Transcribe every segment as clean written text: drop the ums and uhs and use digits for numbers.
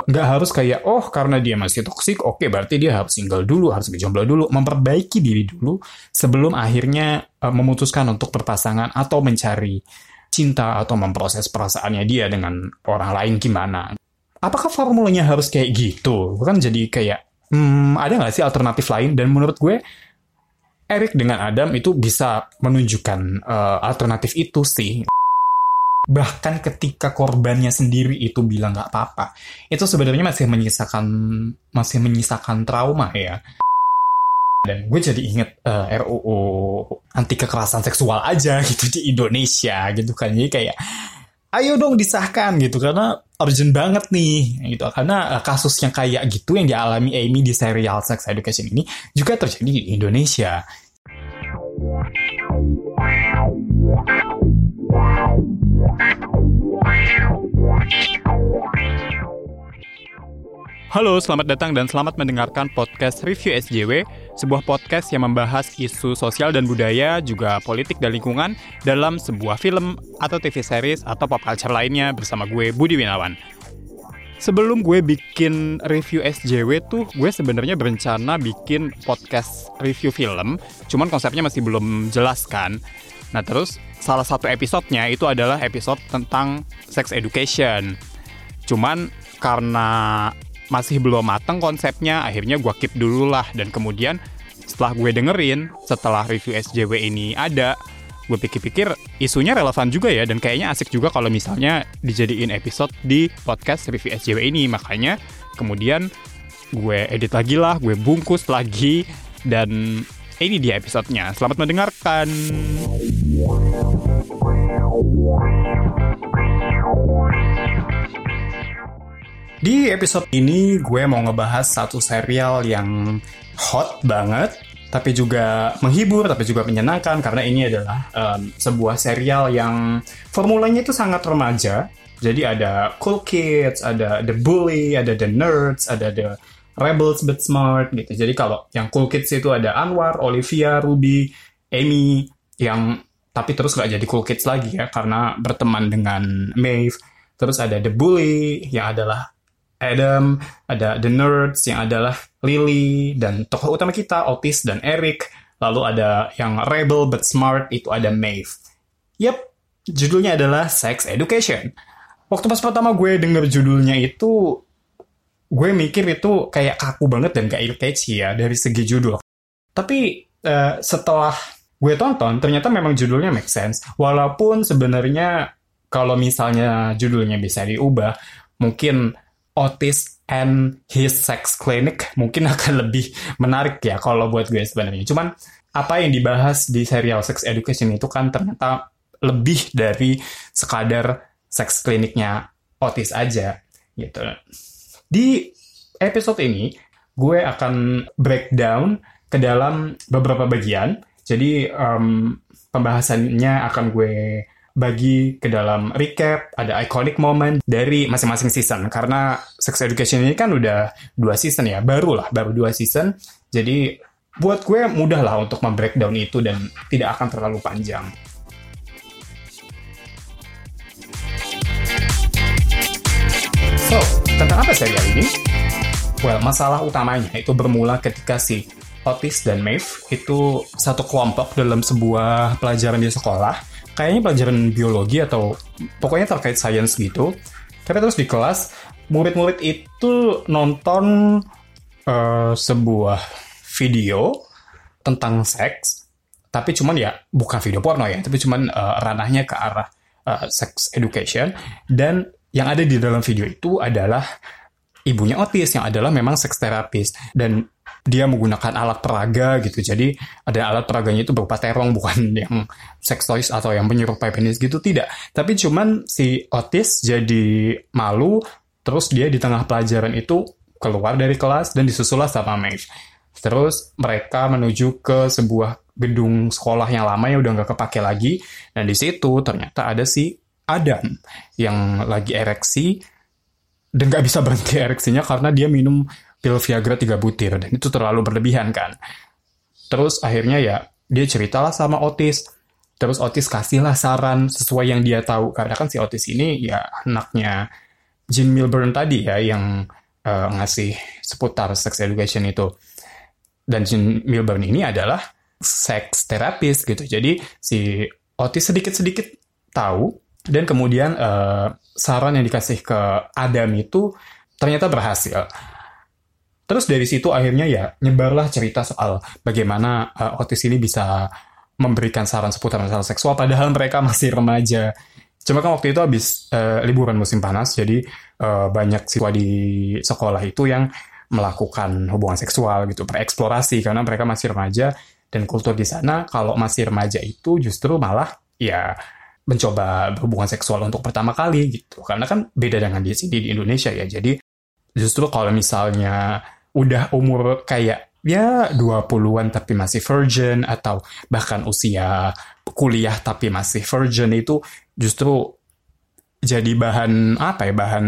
Nggak harus kayak, oh karena dia masih toksik, oke berarti dia harus single dulu, harus jomblo dulu, memperbaiki diri dulu sebelum akhirnya memutuskan untuk berpasangan atau mencari cinta atau memproses perasaannya dia dengan orang lain gimana. Apakah formulanya harus kayak gitu? Kan jadi kayak, ada nggak sih alternatif lain? Dan menurut gue, Eric dengan Adam itu bisa menunjukkan alternatif itu sih. Bahkan ketika korbannya sendiri itu bilang nggak apa-apa, itu sebenarnya masih menyisakan trauma ya. Dan gue jadi inget RUU anti kekerasan seksual aja gitu di Indonesia gitu kan. Jadi kayak, ayo dong disahkan gitu, karena urgent banget nih gitu. Karena kasus yang kayak gitu yang dialami Amy di serial Sex Education ini juga terjadi di Indonesia. Halo, selamat datang dan selamat mendengarkan podcast Review SJW, sebuah podcast yang membahas isu sosial dan budaya, juga politik dan lingkungan dalam sebuah film atau TV series atau pop culture lainnya bersama gue, Budi Winawan. Sebelum gue bikin review SJW tuh, gue sebenarnya berencana bikin podcast review film, cuman konsepnya masih belum jelas kan. Nah terus, salah satu episodenya itu adalah episode tentang sex education. Cuman karena masih belum matang konsepnya, akhirnya gue keep dulu lah. Dan kemudian setelah gue dengerin, setelah review SJW ini ada, gue pikir-pikir isunya relevan juga ya, dan kayaknya asik juga kalau misalnya dijadiin episode di podcast review SJW ini. Makanya kemudian gue edit lagi lah, gue bungkus lagi, dan ini dia episodenya. Selamat mendengarkan. Di episode ini gue mau ngebahas satu serial yang hot banget, tapi juga menghibur, tapi juga menyenangkan, karena ini adalah sebuah serial yang formulanya itu sangat remaja. Jadi ada Cool Kids, ada The Bully, ada The Nerds, ada The Rebels But Smart gitu. Jadi kalau yang Cool Kids itu ada Anwar, Olivia, Ruby, Amy, yang tapi terus gak jadi Cool Kids lagi ya, karena berteman dengan Maeve. Terus ada The Bully, yang adalah Adam, ada The Nerds yang adalah Lily, dan tokoh utama kita Otis dan Eric. Lalu ada yang Rebel but Smart, itu ada Maeve. Yep, judulnya adalah Sex Education. Waktu pas pertama gue denger judulnya itu, gue mikir itu kayak kaku banget dan gak catchy ya dari segi judul. Tapi setelah gue tonton, ternyata memang judulnya make sense. Walaupun sebenarnya kalau misalnya judulnya bisa diubah, mungkin Otis and his sex clinic mungkin akan lebih menarik ya kalau buat gue sebenarnya. Cuman apa yang dibahas di serial Sex Education itu kan ternyata lebih dari sekadar sex kliniknya Otis aja gitu. Di episode ini gue akan breakdown ke dalam beberapa bagian. Jadi pembahasannya akan gue bagi ke dalam recap, ada iconic moment dari masing-masing season. Karena Sex Education ini kan udah 2 season ya, baru 2 season. Jadi buat gue mudah lah untuk membreakdown itu dan tidak akan terlalu panjang. So, tentang apa serial ini? Well, masalah utamanya itu bermula ketika si Otis dan Maeve itu satu kelompok dalam sebuah pelajaran di sekolah. Kayaknya pelajaran biologi atau pokoknya terkait sains gitu. Tapi terus di kelas, murid-murid itu nonton sebuah video tentang seks. Tapi cuman ya, bukan video porno ya, tapi cuman ranahnya ke arah sex education. Dan yang ada di dalam video itu adalah ibunya Otis, yang adalah memang sex therapist. Dan dia menggunakan alat peraga gitu. Jadi ada alat peraganya itu berupa terong, bukan yang sex toys atau yang menyerupai penis gitu, tidak. Tapi cuman si Otis jadi malu, terus dia di tengah pelajaran itu keluar dari kelas dan disusullah sama Maeve. Terus mereka menuju ke sebuah gedung sekolah yang lama yang udah gak kepake lagi. Dan di situ ternyata ada si Adam yang lagi ereksi dan gak bisa berhenti ereksinya karena dia minum pil Viagra 3 butir, dan itu terlalu berlebihan kan. Terus akhirnya ya, dia ceritalah sama Otis. Terus Otis kasihlah saran sesuai yang dia tahu. Karena kan si Otis ini ya anaknya Jean Milburn tadi ya yang ngasih seputar sex education itu. Dan Jean Milburn ini adalah sex therapist gitu. Jadi si Otis sedikit-sedikit tahu dan kemudian saran yang dikasih ke Adam itu ternyata berhasil. Terus dari situ akhirnya ya nyebarlah cerita soal bagaimana Otis ini bisa memberikan saran seputar masalah seksual padahal mereka masih remaja. Cuma kan waktu itu habis liburan musim panas, jadi banyak siswa di sekolah itu yang melakukan hubungan seksual gitu, bereksplorasi karena mereka masih remaja dan kultur di sana kalau masih remaja itu justru malah ya mencoba berhubungan seksual untuk pertama kali gitu. Karena kan beda dengan di sini di Indonesia ya. Jadi justru kalau misalnya udah umur kayak ya 20-an tapi masih virgin atau bahkan usia kuliah tapi masih virgin itu justru jadi bahan apa ya, bahan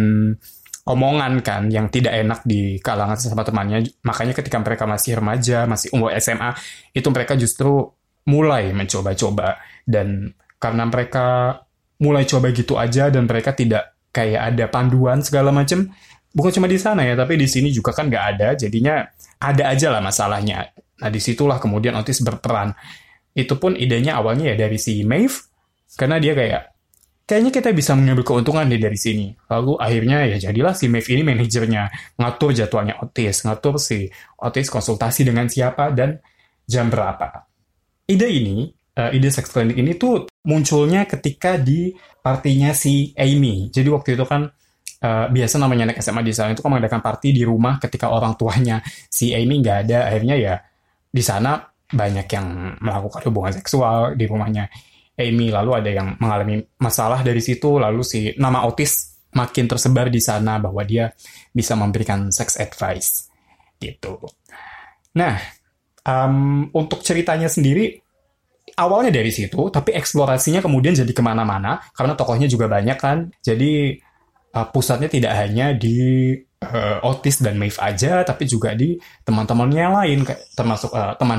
omongan kan yang tidak enak di kalangan sesama temannya. Makanya ketika mereka masih remaja, masih umur SMA, itu mereka justru mulai mencoba-coba. Dan karena mereka mulai coba gitu aja dan mereka tidak kayak ada panduan segala macam, bukan cuma di sana ya, tapi di sini juga kan nggak ada, jadinya ada aja lah masalahnya. Nah disitulah kemudian Otis berperan. Itu pun idenya awalnya ya dari si Maeve, karena dia kayaknya kita bisa mengambil keuntungan nih dari sini. Lalu akhirnya ya jadilah si Maeve ini manajernya, ngatur jadwalnya Otis, ngatur si Otis konsultasi dengan siapa dan jam berapa. Ide ini, ide sex clinic ini tuh munculnya ketika di partinya si Amy. Jadi waktu itu kan biasa namanya anak SMA di sana itu kan mengadakan party di rumah ketika orang tuanya si Amy nggak ada. Akhirnya ya di sana banyak yang melakukan hubungan seksual di rumahnya Amy, lalu ada yang mengalami masalah dari situ, lalu si nama Otis makin tersebar di sana bahwa dia bisa memberikan sex advice gitu. Nah, untuk ceritanya sendiri awalnya dari situ, tapi eksplorasinya kemudian jadi kemana-mana karena tokohnya juga banyak kan. Jadi pusatnya tidak hanya di Otis dan Maeve aja, tapi juga di teman-temannya yang lain, termasuk teman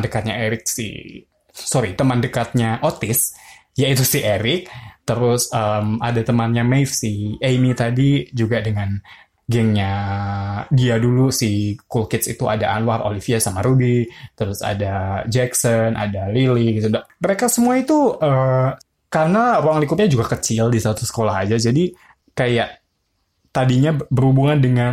dekatnya Otis, yaitu si Eric. Terus ada temannya Maeve, si Amy tadi, juga dengan gengnya dia dulu, si Cool Kids itu ada Anwar, Olivia, sama Ruby. Terus ada Jackson, ada Lily gitu. Mereka semua itu karena ruang lingkupnya juga kecil di satu sekolah aja, jadi kayak tadinya berhubungan dengan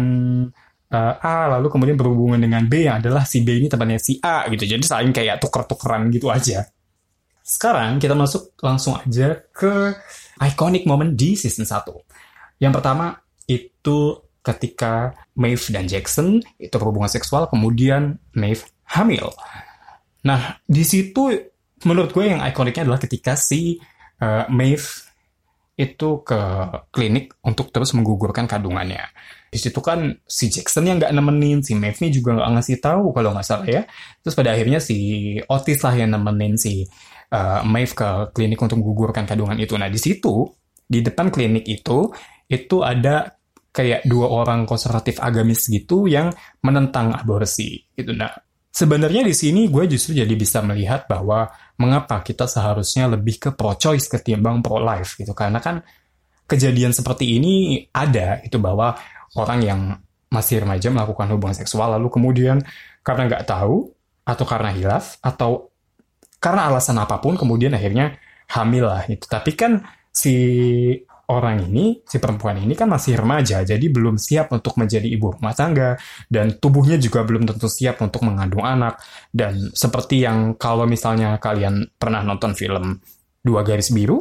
A, lalu kemudian berhubungan dengan B yang adalah si B ini temannya si A gitu. Jadi saling kayak tuker-tukeran gitu aja. Sekarang kita masuk langsung aja ke iconic moment di season 1. Yang pertama itu ketika Maeve dan Jackson itu berhubungan seksual, kemudian Maeve hamil. Nah, di situ menurut gue yang ikoniknya adalah ketika si Maeve itu ke klinik untuk terus menggugurkan kandungannya. Di situ kan si Jackson yang nggak nemenin, si Maeve nih juga nggak ngasih tahu kalau nggak salah ya. Terus pada akhirnya si Otis lah yang nemenin si Maeve ke klinik untuk menggugurkan kandungan itu. Nah di situ, di depan klinik itu ada kayak 2 orang konservatif agamis gitu yang menentang aborsi gitu. Nah sebenarnya di sini gue justru jadi bisa melihat bahwa mengapa kita seharusnya lebih ke pro-choice ketimbang pro-life gitu. Karena kan kejadian seperti ini ada, itu bahwa orang yang masih remaja melakukan hubungan seksual lalu kemudian karena nggak tahu, atau karena hilaf, atau karena alasan apapun kemudian akhirnya hamil lah gitu. Tapi kan si orang ini, si perempuan ini kan masih remaja, jadi belum siap untuk menjadi ibu rumah tangga, dan tubuhnya juga belum tentu siap untuk mengandung anak. Dan seperti yang kalau misalnya kalian pernah nonton film 2 Garis Biru,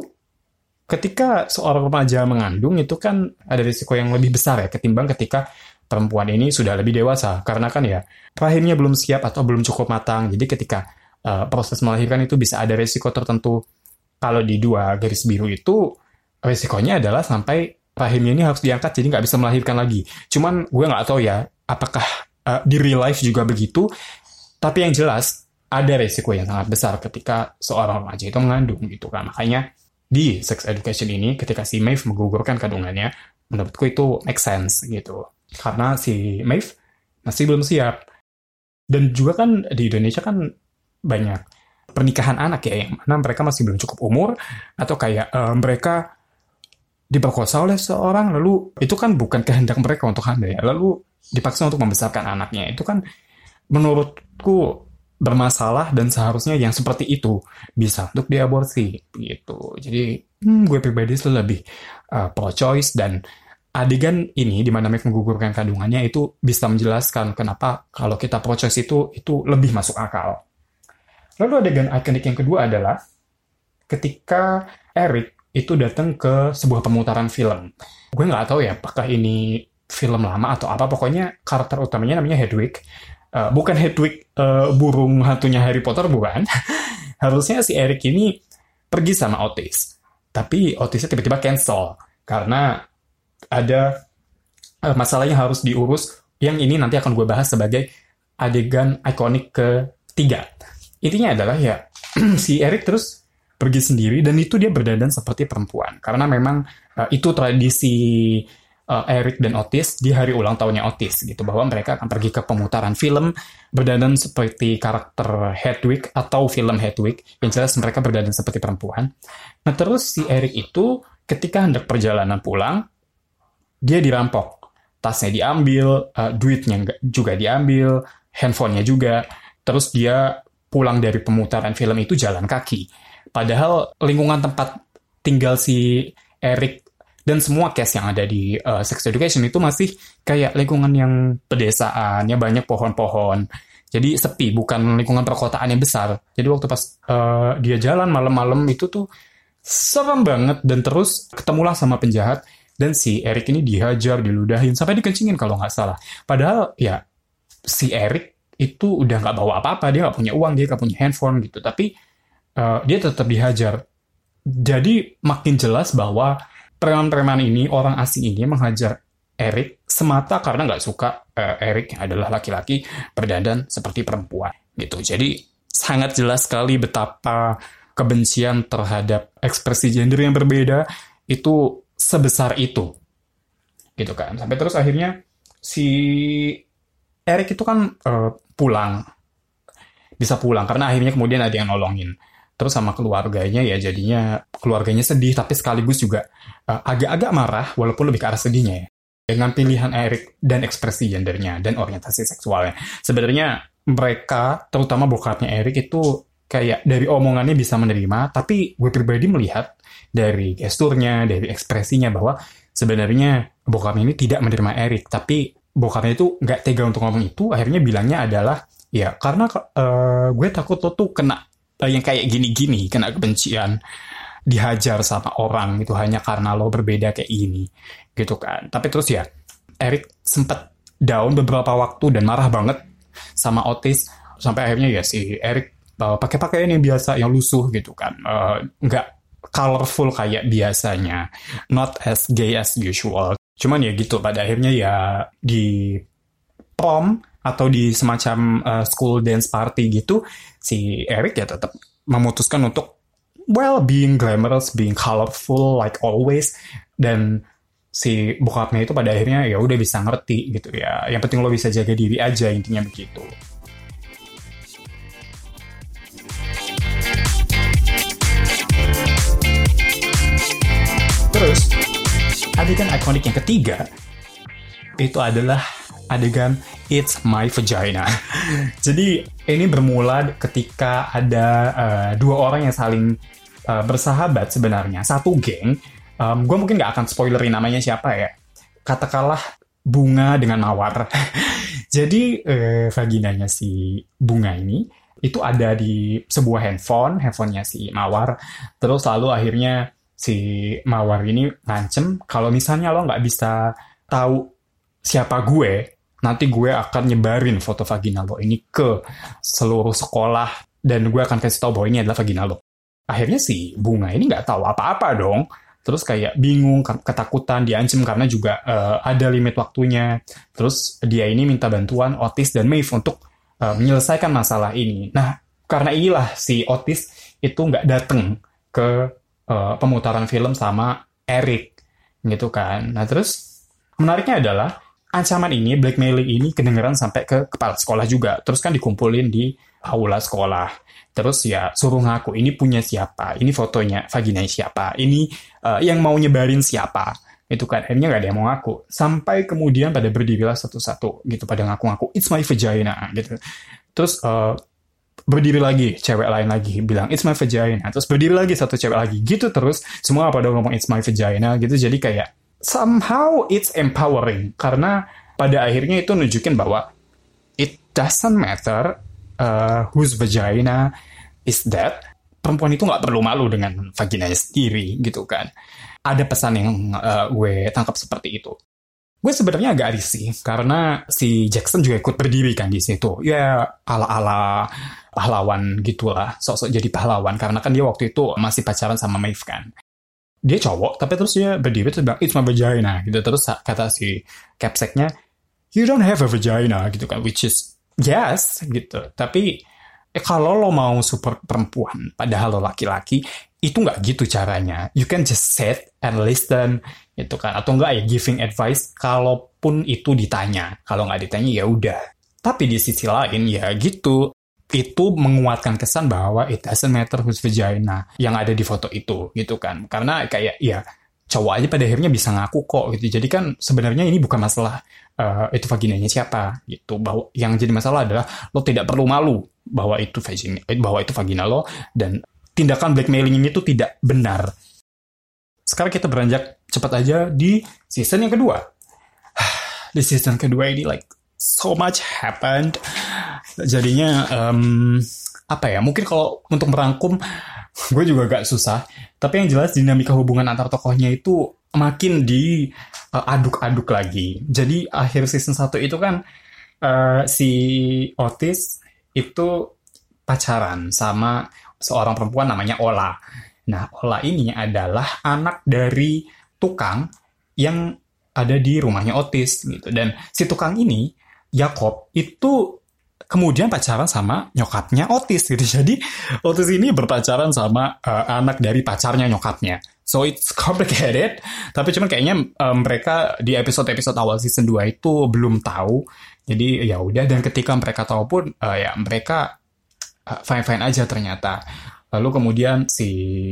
ketika seorang remaja mengandung itu kan ada risiko yang lebih besar ya, ketimbang ketika perempuan ini sudah lebih dewasa. Karena kan ya, rahimnya belum siap atau belum cukup matang, jadi ketika proses melahirkan itu bisa ada risiko tertentu. Kalau di 2 Garis Biru itu resikonya adalah sampai rahimnya ini harus diangkat jadi nggak bisa melahirkan lagi. Cuman gue nggak tahu ya apakah di real life juga begitu. Tapi yang jelas ada resiko yang sangat besar ketika seorang remaja itu mengandung gitu kan. Makanya di sex education ini ketika si Maeve menggugurkan kandungannya, menurutku itu make sense gitu. Karena si Maeve masih belum siap. Dan juga kan di Indonesia kan banyak pernikahan anak ya, yang mana mereka masih belum cukup umur, atau kayak mereka diperkosa oleh seorang, lalu itu kan bukan kehendak mereka untuk hamil ya, lalu dipaksa untuk membesarkan anaknya. Itu kan menurutku bermasalah dan seharusnya yang seperti itu bisa untuk diaborsi gitu. Jadi gue pribadi selalu lebih pro-choice, dan adegan ini di mana Meg menggugurkan kandungannya itu bisa menjelaskan kenapa kalau kita pro-choice itu lebih masuk akal. Lalu adegan ikonik yang kedua adalah ketika Eric itu datang ke sebuah pemutaran film. Gue nggak tahu ya apakah ini film lama atau apa, pokoknya karakter utamanya namanya Hedwig. Bukan Hedwig burung hantunya Harry Potter, bukan. Harusnya si Eric ini pergi sama Otis. Tapi Otisnya tiba-tiba cancel karena ada masalahnya harus diurus, yang ini nanti akan gue bahas sebagai adegan ikonik ketiga. Intinya adalah ya si Eric terus pergi sendiri, dan itu dia berdandan seperti perempuan. Karena memang itu tradisi Eric dan Otis di hari ulang tahunnya Otis gitu, bahwa mereka akan pergi ke pemutaran film berdandan seperti karakter Hedwig atau film Hedwig, yang jelas mereka berdandan seperti perempuan. Nah terus si Eric itu ketika hendak perjalanan pulang, dia dirampok. Tasnya diambil, duitnya juga diambil, handphonenya juga. Terus dia pulang dari pemutaran film itu jalan kaki. Padahal lingkungan tempat tinggal si Eric dan semua cast yang ada di Sex Education itu masih kayak lingkungan yang pedesaan, ya banyak pohon-pohon. Jadi sepi, bukan lingkungan perkotaan yang besar. Jadi waktu pas dia jalan malam-malam itu tuh serem banget, dan terus ketemulah sama penjahat, dan si Eric ini dihajar, diludahin, sampai dikencingin kalau nggak salah. Padahal ya si Eric itu udah nggak bawa apa-apa, dia nggak punya uang, dia nggak punya handphone gitu. Tapi dia tetap dihajar. Jadi makin jelas bahwa preman-preman ini, orang asing ini menghajar Eric semata karena nggak suka Eric yang adalah laki-laki berdandan seperti perempuan gitu. Jadi sangat jelas sekali betapa kebencian terhadap ekspresi gender yang berbeda itu sebesar itu gitu kan. Sampai terus akhirnya si Eric itu kan bisa pulang karena akhirnya kemudian ada yang nolongin. Terus sama keluarganya ya jadinya keluarganya sedih, tapi sekaligus juga agak-agak marah, walaupun lebih ke arah sedihnya ya, dengan pilihan Eric dan ekspresi gendernya dan orientasi seksualnya. Sebenarnya mereka, terutama bokapnya Eric itu kayak dari omongannya bisa menerima, tapi gue pribadi melihat dari gesturnya, dari ekspresinya bahwa sebenarnya bokapnya ini tidak menerima Eric, tapi bokapnya itu nggak tega untuk ngomong itu. Akhirnya bilangnya adalah ya karena gue takut lo tuh kena yang kayak gini-gini, kena kebencian, dihajar sama orang itu hanya karena lo berbeda kayak gini gitu kan. Tapi terus ya Eric sempat down beberapa waktu dan marah banget sama Otis, sampai akhirnya ya si Eric pakai pakaian yang biasa, yang lusuh gitu kan, nggak colorful kayak biasanya, not as gay as usual. Cuman ya gitu, pada akhirnya ya di prom atau di semacam school dance party gitu, si Eric ya tetap memutuskan untuk being glamorous, being colorful like always, dan si bokapnya itu pada akhirnya ya udah bisa ngerti gitu ya. Yang penting lo bisa jaga diri aja, intinya begitu. Terus adegan ikonik yang ketiga itu adalah adegan It's My Vagina. Jadi ini bermula ketika ada dua orang yang saling bersahabat sebenarnya, satu geng. Gue mungkin gak akan spoilerin namanya siapa ya. Katakanlah Bunga dengan Mawar. Jadi vaginanya si Bunga ini itu ada di sebuah handphonenya si Mawar. Terus lalu akhirnya si Mawar ini ngancem kalau misalnya lo gak bisa tahu siapa gue, nanti gue akan nyebarin foto vagina lo ini ke seluruh sekolah, dan gue akan kasih tahu bahwa ini adalah vagina lo. Akhirnya si Bunga ini nggak tahu apa-apa dong. Terus kayak bingung, ketakutan, diancam karena juga ada limit waktunya. Terus dia ini minta bantuan Otis dan Maeve untuk menyelesaikan masalah ini. Nah, karena inilah si Otis itu nggak datang ke pemutaran film sama Eric gitu kan. Nah terus menariknya adalah ancaman ini, blackmailing ini kedengeran sampai ke kepala sekolah juga. Terus kan dikumpulin di aula sekolah. Terus ya suruh ngaku, ini punya siapa, ini fotonya vagina siapa, ini yang mau nyebarin siapa. Itu kan akhirnya nggak ada yang mau ngaku. Sampai kemudian pada berdirilah satu-satu gitu, pada ngaku-ngaku, it's my vagina gitu. Terus berdiri lagi, cewek lain lagi bilang it's my vagina. Terus berdiri lagi satu cewek lagi. Gitu terus semua pada ngomong it's my vagina gitu. Jadi kayak somehow it's empowering karena pada akhirnya itu nunjukin bahwa it doesn't matter whose vagina is that. Perempuan itu nggak perlu malu dengan vaginanya sendiri gitu kan. Ada pesan yang gue tangkap seperti itu. Gue sebenarnya agak risih karena si Jackson juga ikut berdiri kan di situ. Ya ala-ala pahlawan gitulah, sok-sok jadi pahlawan karena kan dia waktu itu masih pacaran sama Maeve kan. Dia cowok tapi terus dia berdiri terus bilang it's my vagina gitu. Terus kata si capseknya you don't have a vagina gitu kan, which is yes gitu. Tapi kalau lo mau support perempuan padahal lo laki-laki, itu nggak gitu caranya. You can just sit and listen gitu kan, atau enggak ya giving advice kalaupun itu ditanya. Kalau nggak ditanya ya udah. Tapi di sisi lain ya gitu, itu menguatkan kesan bahwa it doesn't matter whose vagina yang ada di foto itu gitu kan. Karena kayak ya cowok aja pada akhirnya bisa ngaku kok gitu. Jadi kan sebenarnya ini bukan masalah itu vaginanya siapa gitu. Bahwa yang jadi masalah adalah lo tidak perlu malu bahwa itu vagina lo, dan tindakan blackmailing ini tuh tidak benar. Sekarang kita beranjak cepat aja di season yang kedua. Di season kedua ini like so much happened. Jadinya apa ya? Mungkin kalau untuk merangkum gue juga agak susah. Tapi yang jelas dinamika hubungan antar tokohnya itu makin diaduk-aduk lagi. Jadi akhir season 1 itu kan si Otis itu pacaran sama seorang perempuan namanya Ola. Nah, Ola ini adalah anak dari tukang yang ada di rumahnya Otis gitu. Dan si tukang ini, Jacob, itu kemudian pacaran sama nyokapnya Otis gitu. Jadi Otis ini berpacaran sama anak dari pacarnya nyokapnya. So it's complicated. Tapi cuman kayaknya mereka di episode-episode awal season 2 itu belum tahu. Jadi ya udah, dan ketika mereka tahu pun ya mereka fine-fine aja ternyata. Lalu kemudian si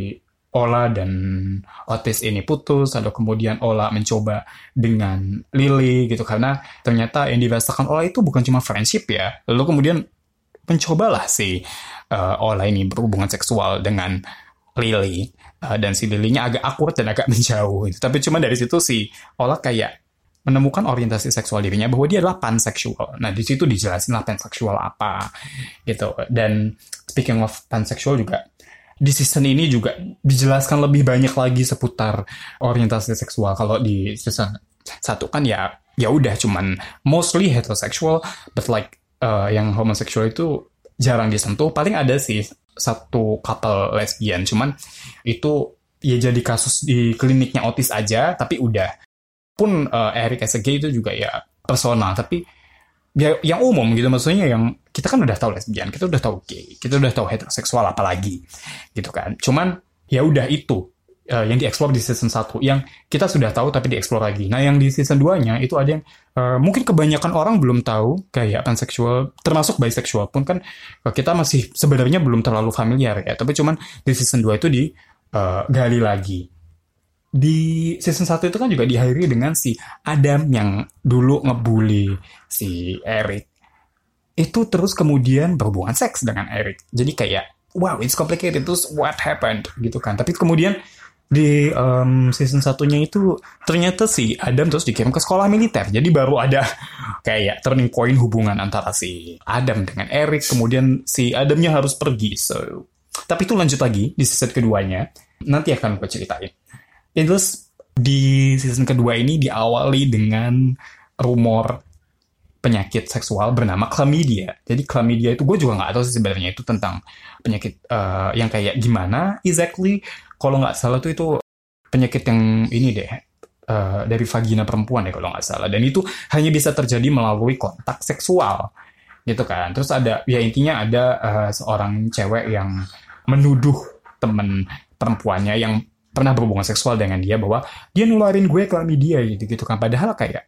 Ola dan Otis ini putus, lalu kemudian Ola mencoba dengan Lily gitu, karena ternyata yang dirasakan Ola itu bukan cuma friendship ya. Lalu kemudian mencobalah si Ola ini berhubungan seksual dengan Lily, dan si Lily-nya agak awkward dan agak menjauh gitu. Tapi cuma dari situ si Ola kayak menemukan orientasi seksual dirinya bahwa dia adalah pansexual. Nah, di situ dijelasin lah pansexual apa gitu. Dan speaking of pansexual juga, di season ini juga dijelaskan lebih banyak lagi seputar orientasi seksual. Kalau di season 1 kan ya udah cuman mostly heterosexual, but like yang homosexual itu jarang disentuh. Paling ada sih satu couple lesbian, cuman itu ya jadi kasus di kliniknya Otis aja, tapi udah. Pun Eric as a gay itu juga ya personal, tapi ya, yang umum gitu, maksudnya yang kita kan udah tahu lesbian, kita udah tahu gay, kita udah tahu heteroseksual apalagi gitu kan. Cuman ya udah itu yang dieksplor di season 1 yang kita sudah tahu tapi dieksplor lagi. Nah, yang di season 2-nya itu ada yang mungkin kebanyakan orang belum tahu, kayak pansexual, termasuk bisexual pun kan kita masih sebenarnya belum terlalu familiar ya, tapi cuman di season 2 itu digali lagi. Di season 1 itu kan juga diakhiri dengan si Adam yang dulu ngebully si Eric. Itu terus kemudian berhubungan seks dengan Eric. Jadi kayak, wow, it's complicated. Terus what happened? Gitu kan. Tapi kemudian di season 1-nya itu ternyata si Adam terus dikirim ke sekolah militer. Jadi baru ada kayak turning point hubungan antara si Adam dengan Eric. Kemudian si Adamnya harus pergi. So, tapi itu lanjut lagi di season keduanya. Nanti akan gue ceritain. Terus di season kedua ini diawali dengan rumor penyakit seksual bernama chlamydia. Jadi chlamydia itu gue juga nggak tahu sih sebenarnya itu tentang penyakit yang kayak gimana exactly. Kalau nggak salah tuh itu penyakit yang ini deh dari vagina perempuan deh kalau nggak salah. Dan itu hanya bisa terjadi melalui kontak seksual gitu kan. Terus ada ya intinya ada seorang cewek yang menuduh temen perempuannya yang pernah berhubungan seksual dengan dia bahwa dia nularin gue chlamydia gitu kan. Padahal kayak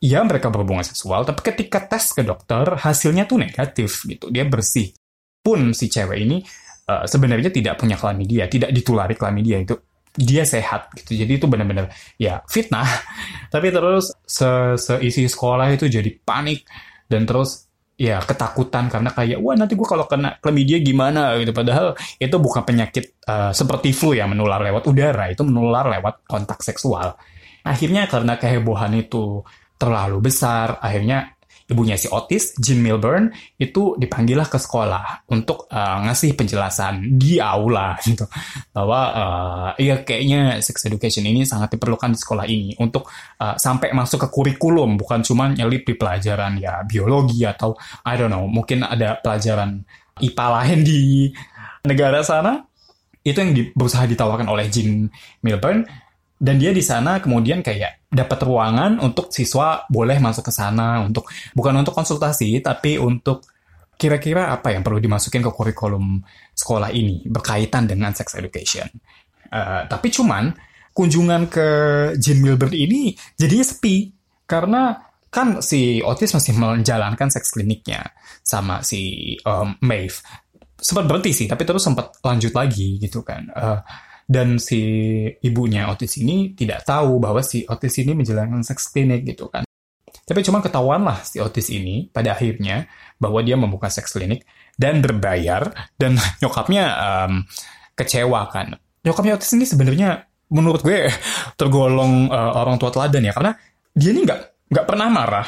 ya mereka berhubungan seksual, tapi ketika tes ke dokter, hasilnya tuh negatif gitu. Dia bersih. Pun si cewek ini sebenarnya tidak punya chlamydia, tidak ditulari chlamydia itu. Dia sehat gitu. Jadi itu benar-benar ya fitnah. Tapi terus seisi sekolah itu jadi panik dan terus ya ketakutan karena kayak wah nanti gue kalau kena chlamydia gimana gitu. Padahal itu bukan penyakit seperti flu yang menular lewat udara, itu menular lewat kontak seksual. Akhirnya karena kehebohan itu terlalu besar, akhirnya ibunya si Otis, Jean Milburn, itu dipanggillah ke sekolah untuk ngasih penjelasan di aula gitu. Bahwa ya kayaknya sex education ini sangat diperlukan di sekolah ini untuk sampai masuk ke kurikulum, bukan cuma nyelip di pelajaran ya biologi atau I don't know, mungkin ada pelajaran IPA lain di negara sana. Itu yang berusaha ditawarkan oleh Jean Milburn. Dan dia di sana kemudian kayak dapat ruangan untuk siswa boleh masuk ke sana untuk bukan untuk konsultasi tapi untuk kira-kira apa yang perlu dimasukin ke kurikulum sekolah ini berkaitan dengan sex education. Tapi cuman kunjungan ke Jean Milburn ini jadinya sepi karena kan si Otis masih menjalankan seks kliniknya sama si Maeve. Sempat berhenti sih tapi terus sempat lanjut lagi gitu kan. Dan si ibunya Otis ini tidak tahu bahwa si Otis ini menjalankan seks klinik gitu kan. Tapi cuma ketahuan lah si Otis ini pada akhirnya bahwa dia membuka seks klinik dan berbayar dan nyokapnya kecewa kan. Nyokapnya Otis ini sebenarnya menurut gue tergolong orang tua teladan ya karena dia ini nggak pernah marah.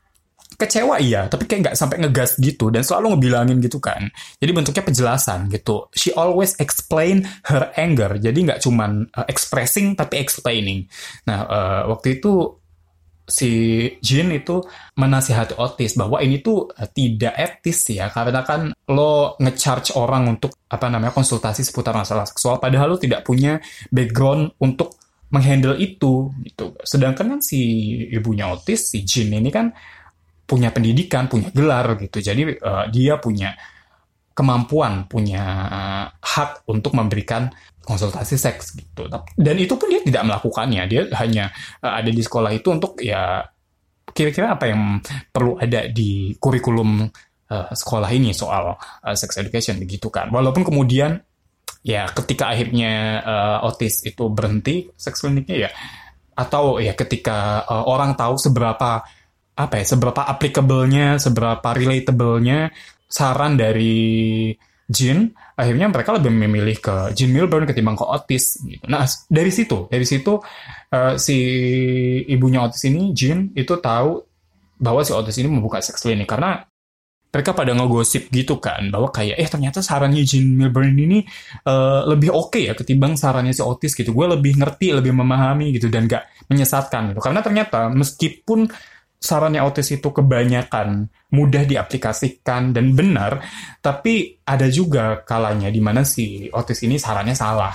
Kecewa iya, tapi kayak nggak sampai ngegas gitu dan selalu ngebilangin gitu kan. Jadi bentuknya penjelasan gitu. She always explain her anger. Jadi nggak cuman expressing tapi explaining. Nah waktu itu si Jean itu menasihati Otis bahwa ini tuh tidak etis ya karena kan lo nge-charge orang untuk konsultasi seputar masalah seksual padahal lo tidak punya background untuk menghandle itu gitu. Sedangkan kan si ibunya Otis, si Jean ini kan punya pendidikan, punya gelar gitu. Jadi dia punya kemampuan, punya hak untuk memberikan konsultasi seks gitu. Dan itu pun dia tidak melakukannya. Dia hanya ada di sekolah itu untuk ya kira-kira apa yang perlu ada di kurikulum sekolah ini soal sex education begitu kan. Walaupun kemudian ya ketika akhirnya Otis itu berhenti seks kliniknya ya atau ya ketika orang tahu seberapa applicable-nya, seberapa relatable-nya saran dari Jean, akhirnya mereka lebih memilih ke Jean Milburn ketimbang ke Otis. Gitu. Nah, dari situ si ibunya Otis ini, Jean, itu tahu bahwa si Otis ini membuka seks klinik karena mereka pada ngegosip gitu kan, bahwa kayak ternyata sarannya Jean Milburn ini lebih oke ya ketimbang sarannya si Otis gitu. Gue lebih ngerti, lebih memahami gitu dan gak menyesatkan gitu. Karena ternyata meskipun sarannya Otis itu kebanyakan mudah diaplikasikan dan benar, tapi ada juga kalanya di mana si Otis ini sarannya salah.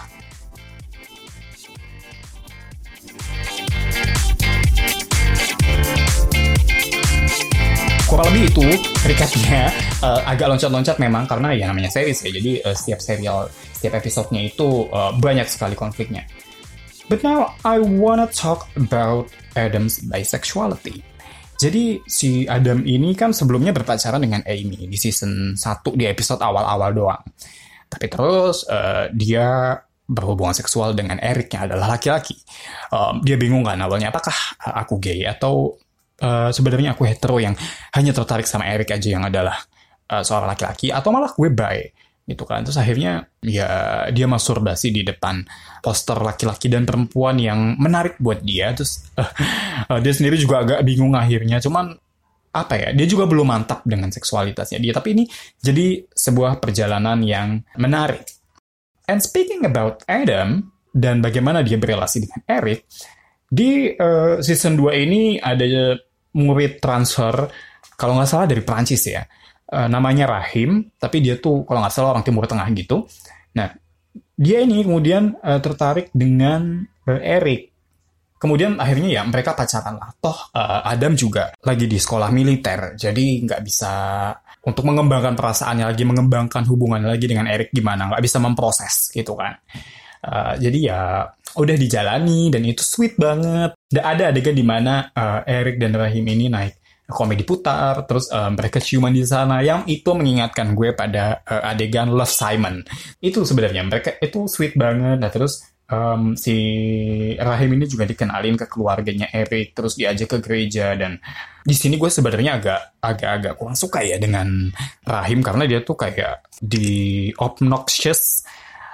Kurang lebih itu recapnya, agak loncat-loncat memang karena ya namanya series ya, jadi setiap episodenya itu banyak sekali konfliknya. But now I wanna talk about Adam's bisexuality. Jadi si Adam ini kan sebelumnya berpacaran dengan Amy di season 1 di episode awal-awal doang. Tapi terus dia berhubungan seksual dengan Eric yang adalah laki-laki. Dia bingung kan awalnya apakah aku gay atau sebenarnya aku hetero yang hanya tertarik sama Eric aja yang adalah seorang laki-laki atau malah gue bi gitu kan. Terus akhirnya ya dia masturbasi di depan poster laki-laki dan perempuan yang menarik buat dia. Terus dia sendiri juga agak bingung akhirnya. Cuman dia juga belum mantap dengan seksualitasnya dia. Tapi ini jadi sebuah perjalanan yang menarik. And speaking about Adam dan bagaimana dia berrelasi dengan Eric, di season 2 ini ada murid transfer kalau nggak salah dari Perancis ya. Namanya Rahim, tapi dia tuh kalau nggak salah orang Timur Tengah gitu. Nah, dia ini kemudian tertarik dengan Eric. Kemudian akhirnya ya mereka pacaran lah. Toh Adam juga lagi di sekolah militer, jadi nggak bisa untuk mengembangkan perasaannya lagi, mengembangkan hubungannya lagi dengan Eric gimana, nggak bisa memproses gitu kan. Jadi ya udah dijalani dan itu sweet banget. Dan ada adegan di mana Eric dan Rahim ini naik komedi putar, terus mereka ciuman di sana, yang itu mengingatkan gue pada adegan Love Simon. Itu sebenarnya mereka itu sweet banget. Nah terus si Rahim ini juga dikenalin ke keluarganya Eric, terus diajak ke gereja. Dan di sini gue sebenarnya agak kurang suka ya dengan Rahim, karena dia tuh kayak di obnoxious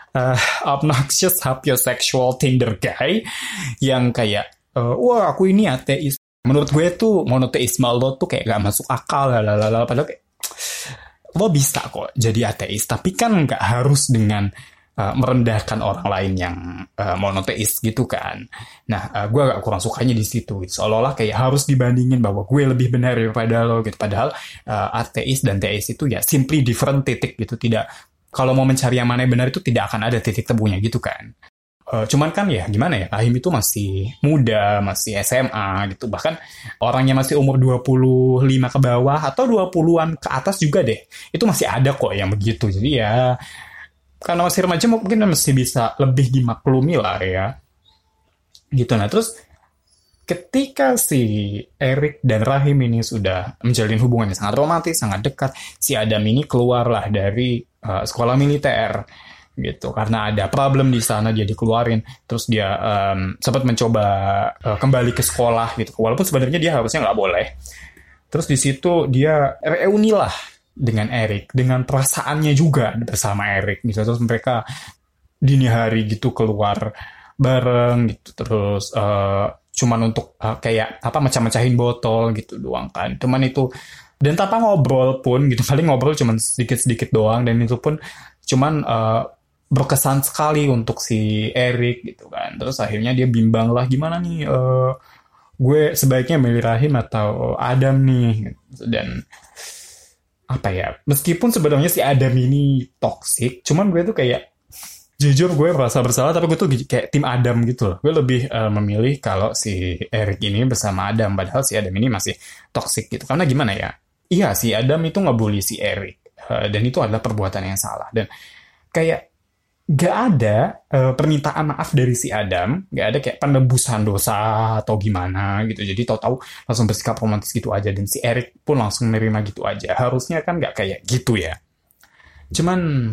hapiosexual Tinder guy yang kayak wah aku ini ateis. Menurut gue tuh monoteisme lo tuh kayak gak masuk akal, lalala. Padahal kayak lo bisa kok jadi ateis, tapi kan gak harus dengan merendahkan orang lain yang monoteis gitu kan. Nah, gue agak kurang sukanya di situ. Seolah-olah kayak harus dibandingin bahwa gue lebih benar daripada lo gitu. Padahal ateis dan teis itu ya simply different titik gitu. Tidak, kalau mau mencari yang mana yang benar itu tidak akan ada titik temunya gitu kan. Cuman kan ya gimana ya, Rahim itu masih muda, masih SMA gitu. Bahkan orangnya masih umur 25 ke bawah atau 20-an ke atas juga deh. Itu masih ada kok yang begitu. Jadi ya karena masih remaja mungkin masih bisa lebih dimaklumi lah ya. Gitu. Nah terus ketika si Eric dan Rahim ini sudah menjalin hubungan yang sangat romantis, sangat dekat, si Adam ini keluarlah dari sekolah militer gitu, karena ada problem di sana, dia dikeluarin. Terus dia sempat mencoba kembali ke sekolah gitu, walaupun sebenarnya dia harusnya nggak boleh. Terus di situ dia reuni lah dengan Eric, dengan perasaannya juga bersama Eric gitu. Terus mereka dini hari gitu keluar bareng gitu, terus cuman untuk kayak apa, mecah-mecahin botol gitu doang kan. Cuman itu, dan tanpa ngobrol pun gitu, paling ngobrol cuman sedikit-sedikit doang, dan itu pun cuman berkesan sekali untuk si Eric gitu kan. Terus akhirnya dia bimbang lah, gimana nih gue sebaiknya milih Rahim atau Adam nih. Dan apa ya, meskipun sebenarnya si Adam ini toxic, cuman gue tuh kayak jujur gue merasa bersalah, tapi gue tuh kayak tim Adam gitu loh. Gue lebih memilih kalau si Eric ini bersama Adam, padahal si Adam ini masih toxic gitu. Karena gimana ya, iya si Adam itu ngebully si Eric, dan itu adalah perbuatan yang salah. Dan kayak gak ada permintaan maaf dari si Adam, gak ada kayak penebusan dosa atau gimana gitu. Jadi tahu-tahu langsung bersikap romantis gitu aja, dan si Eric pun langsung menerima gitu aja. Harusnya kan gak kayak gitu ya. Cuman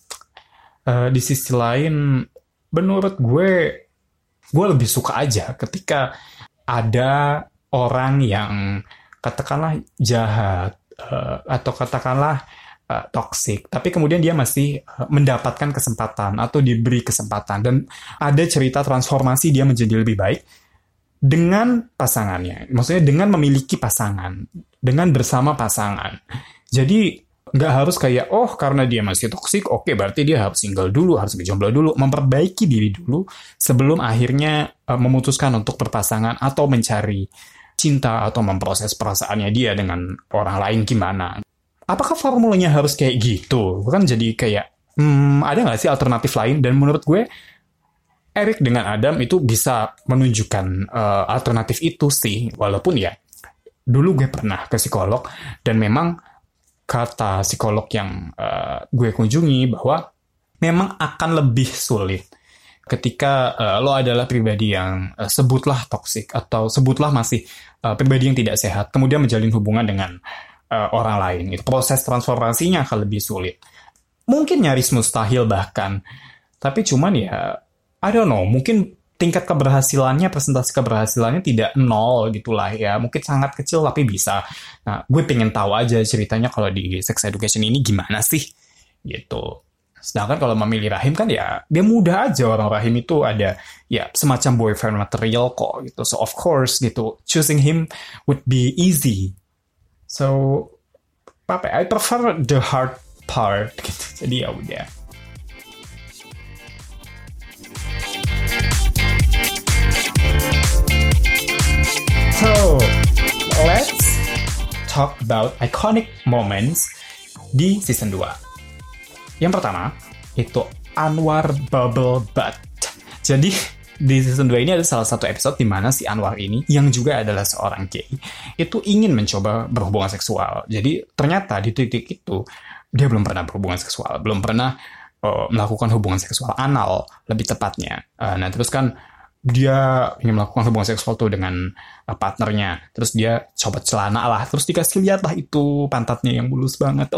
di sisi lain, menurut gue lebih suka aja ketika ada orang yang katakanlah jahat atau katakanlah toxic, tapi kemudian dia masih mendapatkan kesempatan atau diberi kesempatan, dan ada cerita transformasi dia menjadi lebih baik dengan pasangannya. Maksudnya dengan memiliki pasangan, dengan bersama pasangan. Jadi nggak harus kayak, oh karena dia masih toxic, oke berarti dia harus single dulu, harus berjomblo dulu, memperbaiki diri dulu sebelum akhirnya memutuskan untuk berpasangan atau mencari cinta atau memproses perasaannya dia dengan orang lain gimana. Apakah formulanya harus kayak gitu? Kan jadi kayak, ada nggak sih alternatif lain? Dan menurut gue, Eric dengan Adam itu bisa menunjukkan alternatif itu sih. Walaupun ya, dulu gue pernah ke psikolog, dan memang kata psikolog yang gue kunjungi bahwa memang akan lebih sulit ketika lo adalah pribadi yang sebutlah toksik atau sebutlah masih pribadi yang tidak sehat, kemudian menjalin hubungan dengan orang lain. Itu proses transformasinya akan lebih sulit. Mungkin nyaris mustahil bahkan. Tapi cuman ya, I don't know, mungkin tingkat keberhasilannya, presentasi keberhasilannya tidak nol gitulah ya. Mungkin sangat kecil tapi bisa. Nah, gue pengen tahu aja ceritanya kalau di sex education ini gimana sih gitu. Sedangkan kalau memilih Rahim kan ya, dia mudah aja. Orang Rahim itu ada ya semacam boyfriend material kok gitu. So of course gitu, choosing him would be easy. So, I prefer the hard part gitu. Jadi ya udah. So, let's talk about iconic moments di season 2. Yang pertama, itu Anwar Bubble Butt. Jadi, di season 2 ini ada salah satu episode di mana si Anwar ini, yang juga adalah seorang gay, itu ingin mencoba berhubungan seksual. Jadi ternyata di titik itu, dia belum pernah berhubungan seksual, belum pernah melakukan hubungan seksual anal lebih tepatnya. Nah terus kan dia ingin melakukan hubungan seksual tuh dengan partnernya, terus dia copot celana lah, terus dikasih lihat lah itu pantatnya yang mulus banget.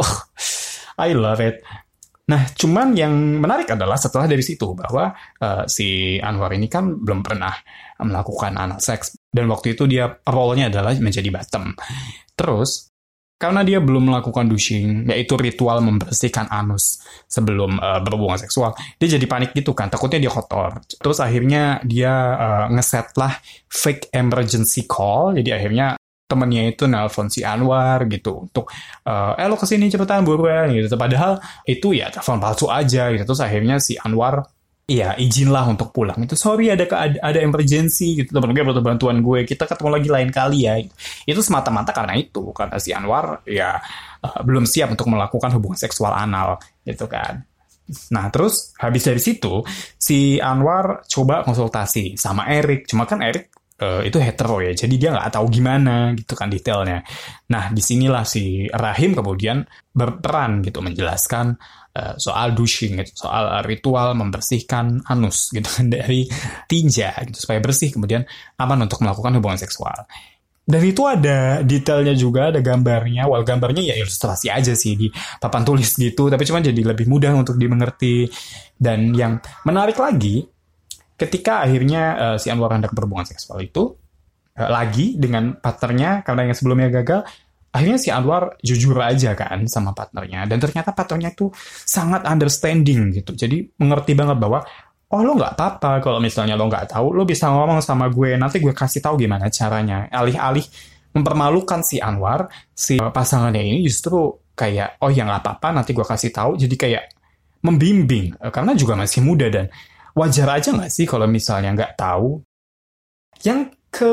I love it. Nah, cuman yang menarik adalah setelah dari situ bahwa si Anwar ini kan belum pernah melakukan anal seks, dan waktu itu dia role-nya adalah menjadi bottom. Terus karena dia belum melakukan douching, yaitu ritual membersihkan anus sebelum berhubungan seksual, dia jadi panik gitu kan, takutnya dia kotor. Terus akhirnya dia ngeset lah fake emergency call, jadi akhirnya temennya itu nelpon si Anwar gitu untuk lo kesini cepetan buruan gitu. Padahal itu ya telepon palsu aja gitu. Terus akhirnya si Anwar iya izinlah untuk pulang. Itu sorry ada emergency gitu. Temen gue butuh bantuan gue. Kita ketemu lagi lain kali ya. Itu semata-mata karena itu. Karena si Anwar ya belum siap untuk melakukan hubungan seksual anal gitu kan. Nah terus habis dari situ si Anwar coba konsultasi sama Erik. Cuma kan Erik itu hetero ya. Jadi dia nggak tahu gimana gitu kan detailnya. Nah disinilah si Rahim kemudian berperan gitu menjelaskan soal douching gitu, soal ritual membersihkan anus gitu kan dari tinja gitu supaya bersih kemudian aman untuk melakukan hubungan seksual. Dan itu ada detailnya juga, ada gambarnya. Wal gambarnya ya ilustrasi aja sih di papan tulis gitu, tapi cuma jadi lebih mudah untuk dimengerti. Dan yang menarik lagi, ketika akhirnya si Anwar hendak berhubungan seksual itu lagi dengan partnernya karena yang sebelumnya gagal. Akhirnya si Anwar jujur aja kan sama partnernya. Dan ternyata partnernya itu sangat understanding gitu. Jadi mengerti banget bahwa, lo nggak apa-apa kalau misalnya lo nggak tahu. Lo bisa ngomong sama gue, nanti gue kasih tahu gimana caranya. Alih-alih mempermalukan si Anwar, si pasangannya ini justru kayak, ya nggak apa-apa, nanti gue kasih tahu. Jadi kayak membimbing. Karena juga masih muda dan wajar aja nggak sih kalau misalnya nggak tahu. Yang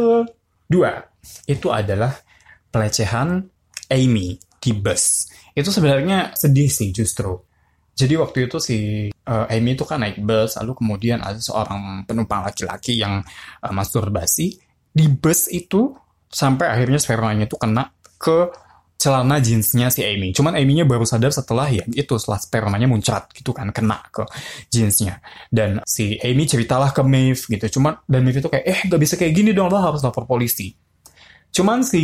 kedua, itu adalah pelecehan Amy di bus. Itu sebenarnya sedih sih justru. Jadi waktu itu si Amy itu kan naik bus, lalu kemudian ada seorang penumpang laki-laki yang masturbasi di bus itu sampai akhirnya spermanya itu kena ke celana jeansnya si Amy. Cuman Amy-nya baru sadar setelah setelah spermanya muncrat gitu kan, kena ke jeansnya. Dan si Amy ceritalah ke Maeve gitu. Dan Maeve itu kayak, gak bisa kayak gini dong, lo harus lapor polisi. Cuman si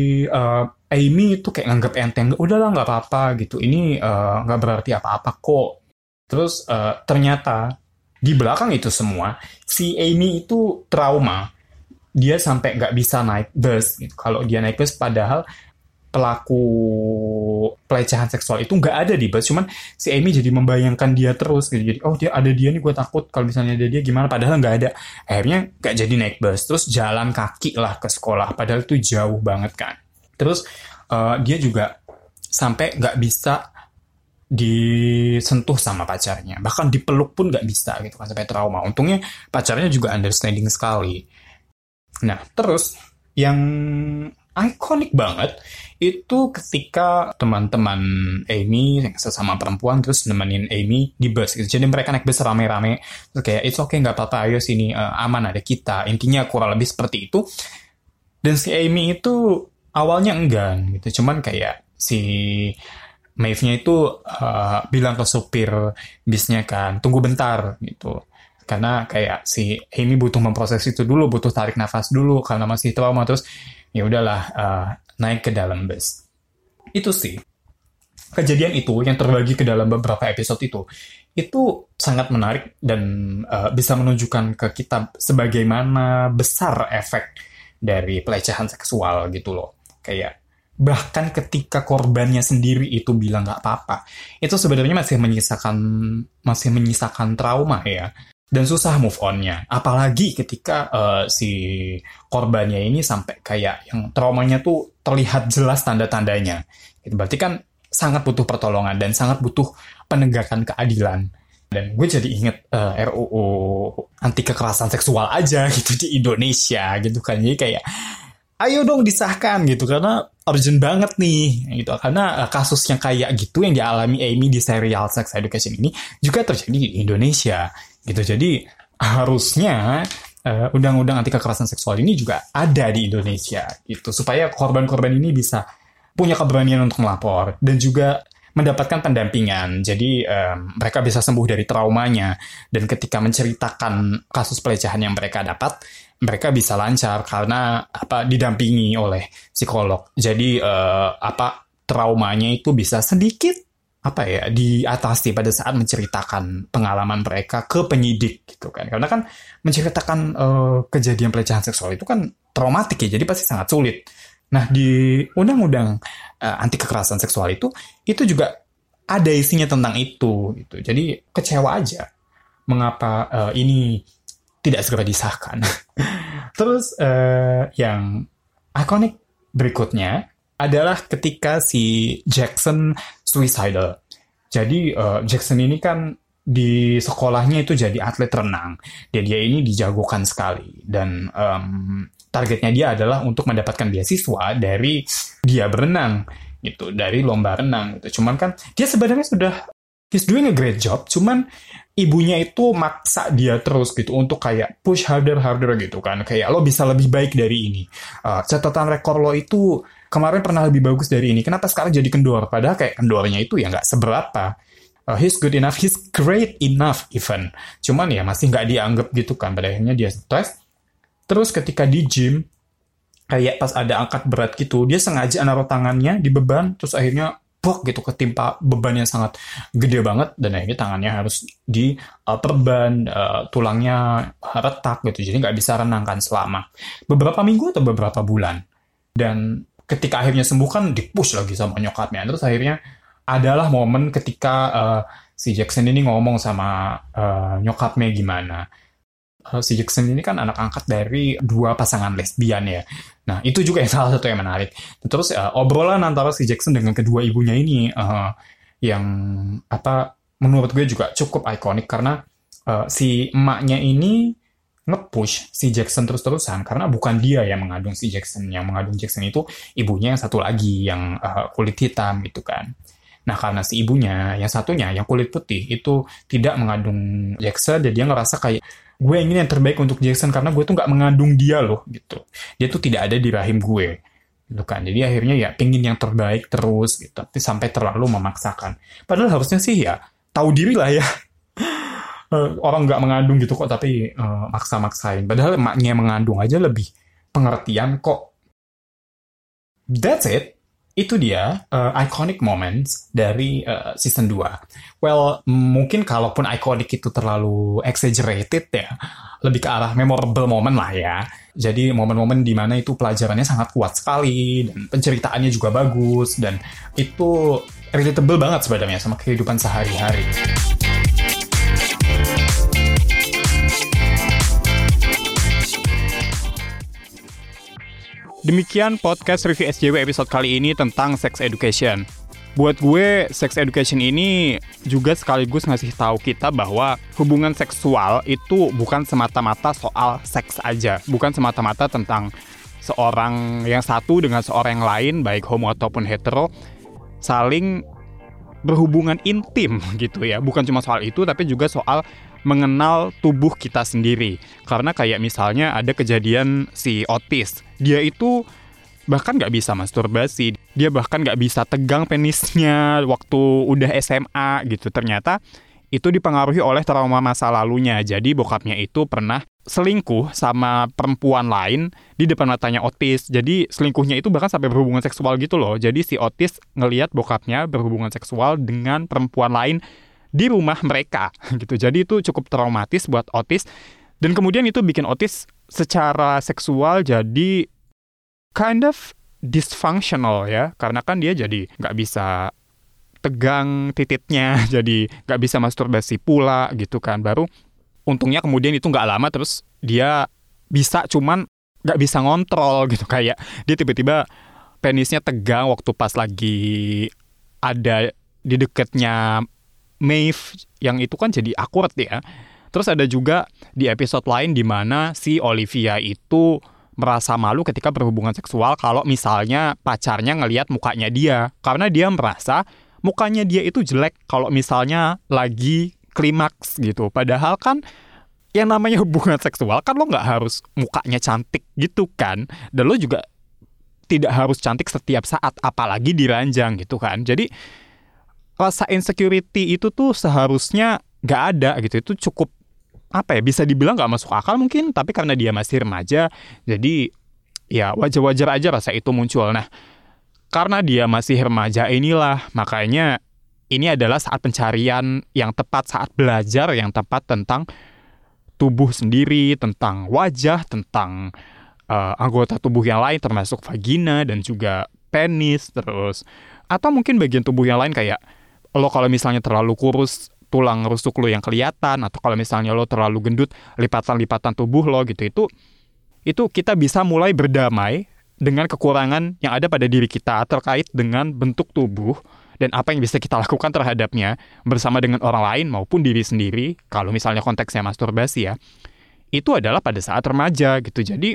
Amy itu kayak nganggap enteng, udahlah nggak apa-apa gitu, ini nggak berarti apa-apa kok. Terus ternyata di belakang itu semua, si Amy itu trauma, dia sampai nggak bisa naik bus gitu. Kalau dia naik bus padahal pelaku pelecehan seksual itu nggak ada di bus, cuman si Amy jadi membayangkan dia terus gitu. Jadi dia ada dia nih, gue takut kalau misalnya ada dia gimana, padahal nggak ada. Akhirnya nggak jadi naik bus, terus jalan kaki lah ke sekolah, padahal itu jauh banget kan. Terus dia juga sampai nggak bisa disentuh sama pacarnya, bahkan dipeluk pun nggak bisa gitu kan, sampai trauma. Untungnya pacarnya juga understanding sekali. Nah terus yang ikonik banget itu ketika teman-teman Amy yang sesama perempuan terus nemenin Amy di bus gitu. Jadi mereka naik bus rame-rame terus kayak it's okay, nggak apa-apa, ayo sini, aman, ada kita. Intinya kurang lebih seperti itu. Dan si Amy itu awalnya enggan gitu, cuman kayak si Maeve-nya itu bilang ke supir bisnya kan, tunggu bentar gitu. Karena kayak si Amy butuh memproses itu dulu, butuh tarik nafas dulu karena masih trauma. Terus ya udahlah, naik ke dalam bus. Itu sih kejadian itu yang terbagi ke dalam beberapa episode itu sangat menarik dan bisa menunjukkan ke kita sebagaimana besar efek dari pelecehan seksual gitu loh. Kayak bahkan ketika korbannya sendiri itu bilang nggak apa-apa, itu sebenarnya masih menyisakan trauma ya. Dan susah move on-nya. Apalagi ketika si korbannya ini sampai kayak yang traumanya tuh terlihat jelas tanda-tandanya. Itu berarti kan sangat butuh pertolongan dan sangat butuh penegakan keadilan. Dan gue jadi inget RUU anti kekerasan seksual aja gitu di Indonesia gitu kan. Jadi kayak ayo dong disahkan gitu karena urgent banget nih gitu. Karena kasus yang kayak gitu yang dialami Amy di serial Sex Education ini juga terjadi di Indonesia. Gitu. Jadi harusnya undang-undang anti kekerasan seksual ini juga ada di Indonesia gitu supaya korban-korban ini bisa punya keberanian untuk melapor dan juga mendapatkan pendampingan. Jadi mereka bisa sembuh dari traumanya, dan ketika menceritakan kasus pelecehan yang mereka dapat, mereka bisa lancar karena didampingi oleh psikolog. Jadi traumanya itu bisa sedikit diatasi pada saat menceritakan pengalaman mereka ke penyidik gitu kan. Karena kan menceritakan kejadian pelecehan seksual itu kan traumatik ya, jadi pasti sangat sulit. Nah, di undang-undang anti kekerasan seksual itu juga ada isinya tentang itu gitu. Jadi kecewa aja mengapa ini tidak segera disahkan. Terus yang ikonik berikutnya adalah ketika si Jackson suicidal. Jadi Jackson ini kan di sekolahnya itu jadi atlet renang. Dan dia ini dijagokan sekali. Dan targetnya dia adalah untuk mendapatkan beasiswa dari dia berenang gitu, dari lomba renang gitu. Cuman kan dia sebenarnya he's doing a great job, cuman ibunya itu maksa dia terus gitu untuk kayak push harder gitu kan. Kayak lo bisa lebih baik dari ini. Catatan rekor lo itu kemarin pernah lebih bagus dari ini. Kenapa sekarang jadi kendor? Padahal kayak kendornya itu ya nggak seberapa. He's good enough, he's great enough even. Cuman ya masih nggak dianggap gitu kan. Pada akhirnya dia stres. Terus ketika di gym, kayak pas ada angkat berat gitu, dia sengaja naruh tangannya di beban, terus akhirnya gitu ketimpa beban yang sangat gede banget, dan akhirnya tangannya harus diperban, tulangnya retak gitu, jadi nggak bisa renang kan selama beberapa minggu atau beberapa bulan. Dan ketika akhirnya sembuh kan dipush lagi sama nyokapnya. Terus akhirnya adalah momen ketika si Jackson ini ngomong sama nyokapnya gimana. Si Jackson ini kan anak angkat dari 2 pasangan lesbian ya. Nah, itu juga yang salah satu yang menarik. Terus obrolan antara si Jackson dengan kedua ibunya ini yang menurut gue juga cukup ikonik karena si emaknya ini nge-push si Jackson terus-terusan karena bukan dia yang mengandung si Jackson. Yang mengandung Jackson itu ibunya yang satu lagi yang kulit hitam gitu kan. Nah, karena si ibunya yang satunya yang kulit putih itu tidak mengandung Jackson, dan dia ngerasa kayak gue ingin yang terbaik untuk Jackson karena gue tuh nggak mengandung dia loh gitu. Dia tuh tidak ada di rahim gue gitu kan. Jadi akhirnya ya pengen yang terbaik terus gitu, tapi sampai terlalu memaksakan. Padahal harusnya sih ya tahu diri lah ya. Orang nggak mengandung gitu kok, tapi maksa-maksain. Padahal emaknya yang mengandung aja lebih pengertian kok. That's it. Itu dia iconic moments dari season 2. Well, mungkin kalaupun iconic itu terlalu exaggerated ya, lebih ke arah memorable moment lah ya. Jadi momen-momen di mana itu pelajarannya sangat kuat sekali, dan penceritaannya juga bagus, dan itu relatable banget sebenarnya sama kehidupan sehari-hari. Demikian podcast review SJW episode kali ini tentang sex education. Buat gue, sex education ini juga sekaligus ngasih tahu kita bahwa hubungan seksual itu bukan semata-mata soal seks aja. Bukan semata-mata tentang seorang yang satu dengan seorang yang lain, baik homo ataupun hetero, saling berhubungan intim gitu ya. Bukan cuma soal itu, tapi juga soal mengenal tubuh kita sendiri. Karena kayak misalnya ada kejadian si Otis, dia itu bahkan nggak bisa masturbasi, dia bahkan nggak bisa tegang penisnya waktu udah SMA gitu. Ternyata itu dipengaruhi oleh trauma masa lalunya. Jadi bokapnya itu pernah selingkuh sama perempuan lain di depan matanya Otis. Jadi selingkuhnya itu bahkan sampai berhubungan seksual gitu loh. Jadi si Otis ngelihat bokapnya berhubungan seksual dengan perempuan lain di rumah mereka gitu. Jadi itu cukup traumatis buat Otis, dan kemudian itu bikin Otis secara seksual jadi kind of dysfunctional ya, karena kan dia jadi nggak bisa tegang titiknya, jadi nggak bisa masturbasi pula gitu kan. Baru untungnya kemudian itu nggak lama terus dia bisa, cuman nggak bisa ngontrol gitu, kayak dia tiba-tiba penisnya tegang waktu pas lagi ada di dekatnya Maeve, yang itu kan jadi awkward ya. Terus ada juga di episode lain di mana si Olivia itu merasa malu ketika berhubungan seksual kalau misalnya pacarnya ngelihat mukanya dia, karena dia merasa mukanya dia itu jelek kalau misalnya lagi klimaks gitu. Padahal kan yang namanya hubungan seksual kan lo nggak harus mukanya cantik gitu kan, dan lo juga tidak harus cantik setiap saat, apalagi di ranjang gitu kan. Jadi rasa insecurity itu tuh seharusnya nggak ada gitu. Itu cukup bisa dibilang nggak masuk akal mungkin, tapi karena dia masih remaja, jadi ya wajar-wajar aja rasa itu muncul. Nah, karena dia masih remaja inilah, makanya ini adalah saat pencarian yang tepat, saat belajar yang tepat tentang tubuh sendiri, tentang wajah, tentang anggota tubuh yang lain, termasuk vagina dan juga penis, terus atau mungkin bagian tubuh yang lain kayak lo kalau misalnya terlalu kurus, tulang rusuk lo yang kelihatan, atau kalau misalnya lo terlalu gendut, lipatan-lipatan tubuh lo gitu. Itu kita bisa mulai berdamai dengan kekurangan yang ada pada diri kita terkait dengan bentuk tubuh dan apa yang bisa kita lakukan terhadapnya bersama dengan orang lain maupun diri sendiri. Kalau misalnya konteksnya masturbasi ya, itu adalah pada saat remaja gitu. Jadi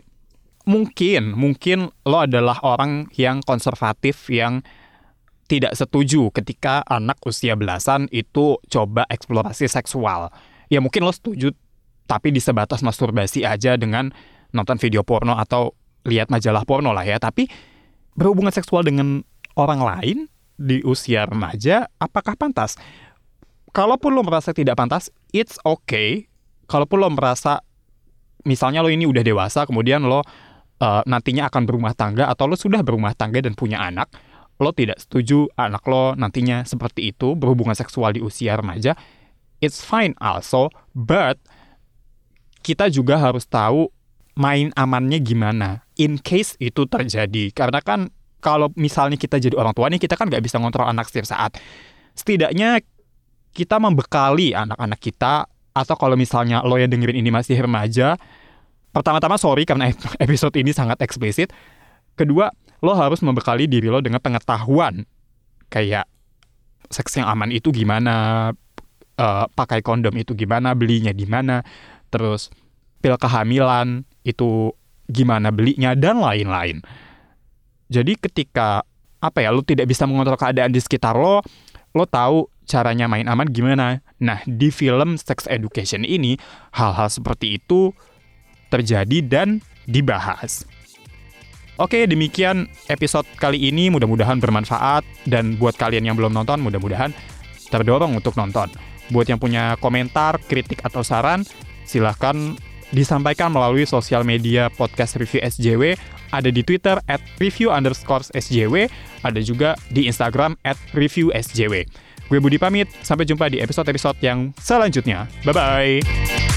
mungkin lo adalah orang yang konservatif yang tidak setuju ketika anak usia belasan itu coba eksplorasi seksual. Ya mungkin lo setuju, tapi di sebatas masturbasi aja dengan nonton video porno atau lihat majalah porno lah ya. Tapi berhubungan seksual dengan orang lain di usia remaja, apakah pantas? Kalaupun lo merasa tidak pantas, it's okay. Kalaupun lo merasa, misalnya lo ini udah dewasa, kemudian lo nantinya akan berumah tangga, atau lo sudah berumah tangga dan punya anak, lo tidak setuju anak lo nantinya seperti itu, berhubungan seksual di usia remaja, it's fine also, but kita juga harus tahu main amannya gimana in case itu terjadi. Karena kan kalau misalnya kita jadi orang tua nih, kita kan nggak bisa ngontrol anak setiap saat. Setidaknya kita membekali anak-anak kita, atau kalau misalnya lo yang dengerin ini masih remaja, pertama-tama sorry karena episode ini sangat eksplisit. Kedua, lo harus membekali diri lo dengan pengetahuan kayak seks yang aman itu gimana, pakai kondom itu gimana, belinya di mana, terus pil kehamilan itu gimana belinya, dan lain-lain. Jadi ketika lo tidak bisa mengontrol keadaan di sekitar lo tahu caranya main aman gimana. Nah, di film Sex Education ini hal-hal seperti itu terjadi dan dibahas. Oke, demikian episode kali ini, mudah-mudahan bermanfaat, dan buat kalian yang belum nonton, mudah-mudahan terdorong untuk nonton. Buat yang punya komentar, kritik, atau saran, silahkan disampaikan melalui sosial media podcast Review SJW, ada di Twitter @review_SJW, ada juga di Instagram @reviewsjw. Gue Budi pamit, sampai jumpa di episode-episode yang selanjutnya. Bye-bye!